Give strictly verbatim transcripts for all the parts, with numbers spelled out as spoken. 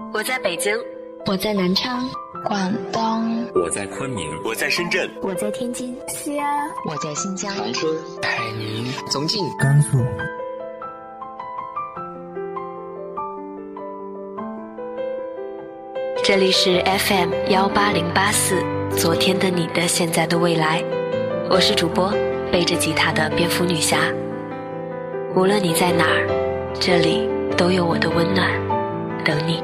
我在北京， 我在南昌， 广东， 我在昆明， 我在深圳， 我在天津， 西安， 我在新疆， 长春， 海宁， 重庆， 甘肃。 这里是 F M 一八零八四，昨天的你的现在的未来，我是主播背着吉他的蝙蝠女侠。无论你在哪儿，这里都有我的温暖等你。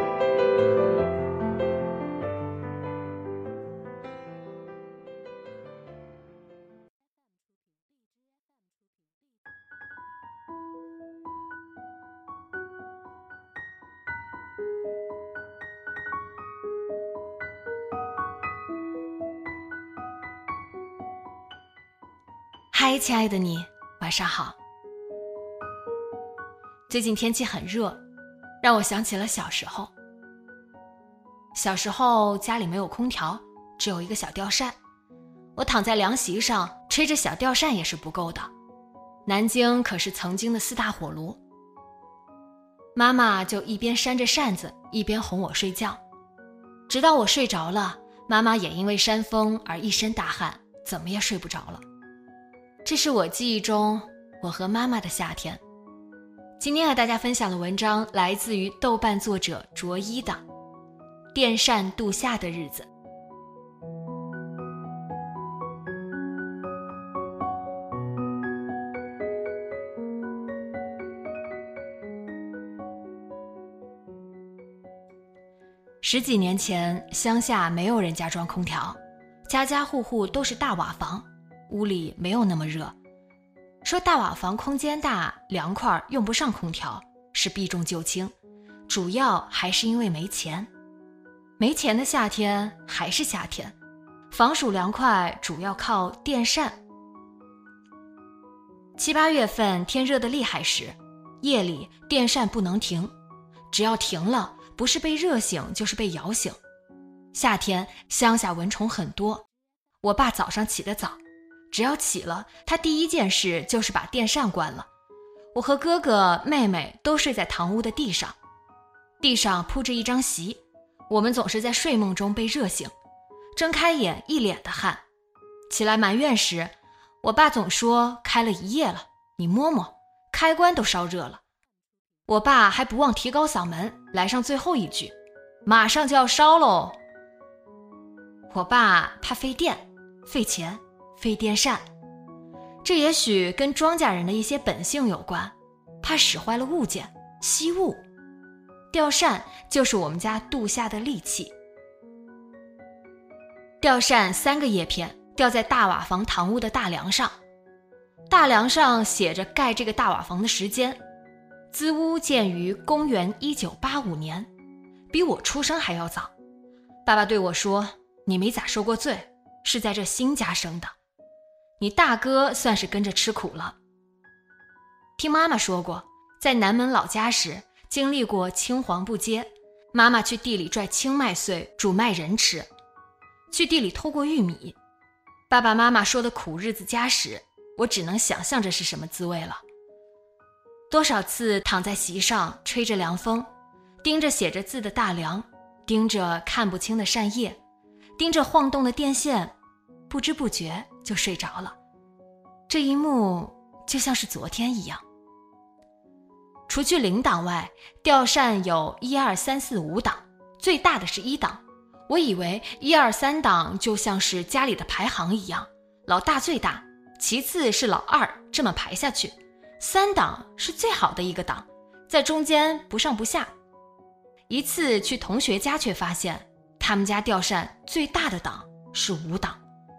嗨，亲爱的你，晚上好。最近天气很热，让我想起了小时候。小时候家里没有空调，只有一个小吊扇，我躺在凉席上吹着小吊扇也是不够的。南京可是曾经的四大火炉，妈妈就一边扇着扇子一边哄我睡觉，直到我睡着了，妈妈也因为扇风而一身大汗，怎么也睡不着了。这是我记忆中我和妈妈的夏天。今天和大家分享的文章来自于豆瓣作者卓一的《电扇度夏的日子》。十几年前，乡下没有人家装空调，家家户户都是大瓦房，屋里没有那么热。说大瓦房空间大，凉快，用不上空调，是避重就轻，主要还是因为没钱。没钱的夏天还是夏天，防暑凉快主要靠电扇。七八月份天热得厉害时，夜里电扇不能停，只要停了，不是被热醒就是被摇醒。夏天乡下蚊虫很多，我爸早上起得早，只要起了，他第一件事就是把电扇关了。我和哥哥妹妹都睡在堂屋的地上，地上铺着一张席，我们总是在睡梦中被热醒，睁开眼一脸的汗。起来埋怨时，我爸总说开了一夜了，你摸摸，开关都烧热了。我爸还不忘提高嗓门，来上最后一句，马上就要烧喽。我爸怕费电，费钱，费电扇，这也许跟庄稼人的一些本性有关，怕使坏了物件，吸物。吊扇就是我们家度夏的利器。吊扇三个叶片吊在大瓦房堂屋的大梁上，大梁上写着盖这个大瓦房的时间，兹屋建于公元一九八五年，比我出生还要早。爸爸对我说，你没咋受过罪，是在这新家生的，你大哥算是跟着吃苦了。听妈妈说过，在南门老家时经历过青黄不接，妈妈去地里拽青麦穗煮麦人吃，去地里偷过玉米。爸爸妈妈说的苦日子家史，我只能想象这是什么滋味了。多少次躺在席上吹着凉风，盯着写着字的大梁，盯着看不清的扇叶，盯着晃动的电线，不知不觉就睡着了。这一幕就像是昨天一样。除去零档外，吊扇有一二三四五档，最大的是一档。我以为一二三档就像是家里的排行一样，老大最大，其次是老二，这么排下去。三档是最好的一个档，在中间不上不下。一次去同学家却发现，他们家吊扇最大的档是五档。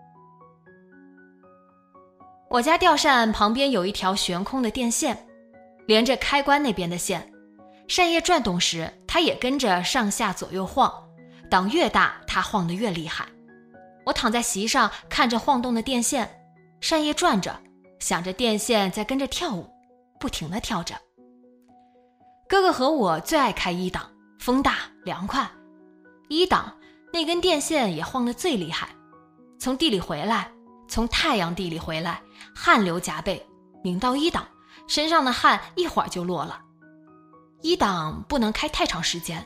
我家吊扇旁边有一条悬空的电线，连着开关那边的线，扇叶转动时它也跟着上下左右晃，档越大它晃得越厉害。我躺在席上看着晃动的电线，扇叶转着，想着电线在跟着跳舞，不停地跳着。哥哥和我最爱开一档，风大凉快。一档那根电线也晃得最厉害，从地里回来，从太阳地里回来，汗流浃背，拧到一档，身上的汗一会儿就落了。一档不能开太长时间，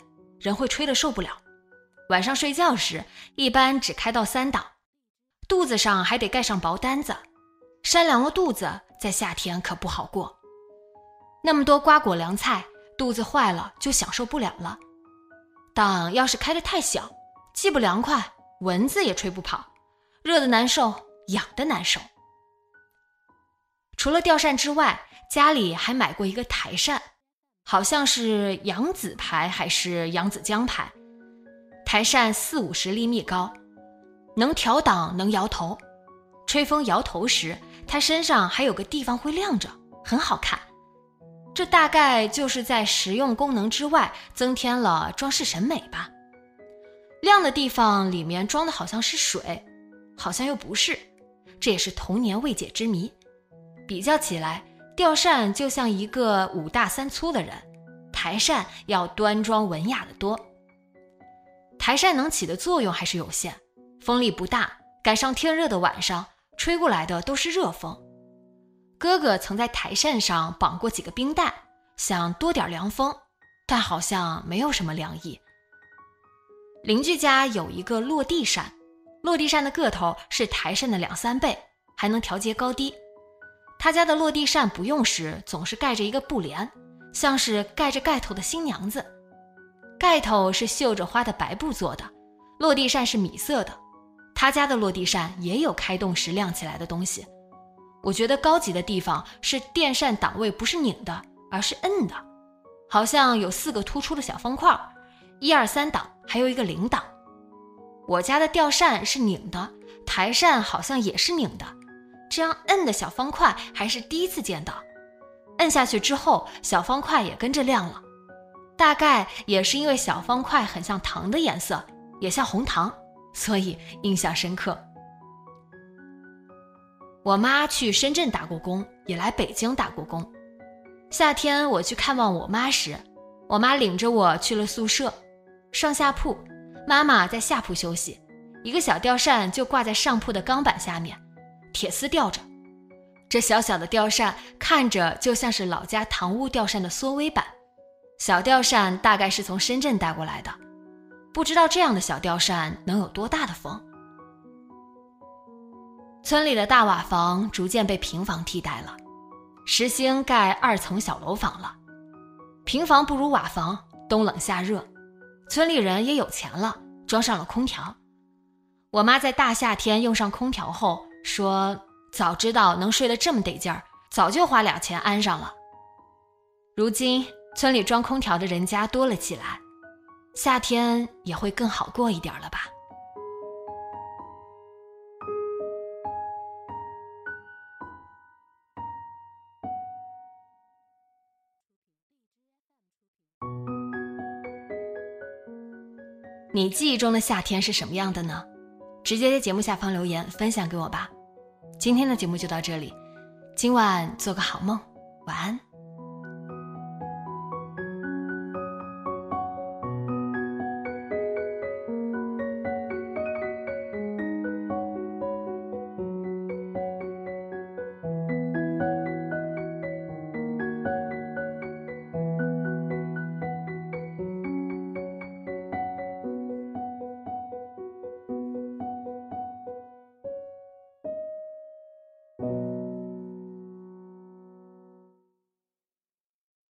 人会吹得受不了。晚上睡觉时一般只开到三档，肚子上还得盖上薄单子，扇凉了肚子在夏天可不好过。那么多瓜果凉菜，肚子坏了就享受不了了。档要是开得太小，既不凉快，蚊子也吹不跑，热的难受，痒的难受。除了吊扇之外，家里还买过一个台扇，好像是扬子牌还是扬子江牌。台扇四五十厘米高，能调档能摇头，吹风摇头时它身上还有个地方会亮着，很好看。这大概就是在实用功能之外增添了装饰审美吧。亮的地方里面装的好像是水，好像又不是，这也是童年未解之谜。比较起来，吊扇就像一个五大三粗的人，台扇要端庄文雅的多。台扇能起的作用还是有限，风力不大，赶上天热的晚上，吹过来的都是热风。哥哥曾在台扇上绑过几个冰袋，想多点凉风，但好像没有什么凉意。邻居家有一个落地扇，落地扇的个头是台扇的两三倍，还能调节高低。他家的落地扇不用时总是盖着一个布帘，像是盖着盖头的新娘子。盖头是绣着花的白布做的，落地扇是米色的。他家的落地扇也有开动时亮起来的东西。我觉得高级的地方是电扇档位不是拧的，而是摁的，好像有四个突出的小方块，一二三档，还有一个零档。我家的吊扇是拧的，台扇好像也是拧的，这样摁的小方块还是第一次见到。摁下去之后，小方块也跟着亮了，大概也是因为小方块很像糖的颜色，也像红糖，所以印象深刻。我妈去深圳打过工，也来北京打过工。夏天我去看望我妈时，我妈领着我去了宿舍。上下铺，妈妈在下铺休息，一个小吊扇就挂在上铺的钢板下面，铁丝吊着。这小小的吊扇看着就像是老家堂屋吊扇的缩微版。小吊扇大概是从深圳带过来的，不知道这样的小吊扇能有多大的风。村里的大瓦房逐渐被平房替代了，实行盖二层小楼房了。平房不如瓦房，冬冷夏热，村里人也有钱了，装上了空调。我妈在大夏天用上空调后说，早知道能睡得这么得劲儿，早就花俩钱安上了。如今村里装空调的人家多了起来，夏天也会更好过一点了吧。你记忆中的夏天是什么样的呢？直接在节目下方留言分享给我吧。今天的节目就到这里，今晚做个好梦，晚安。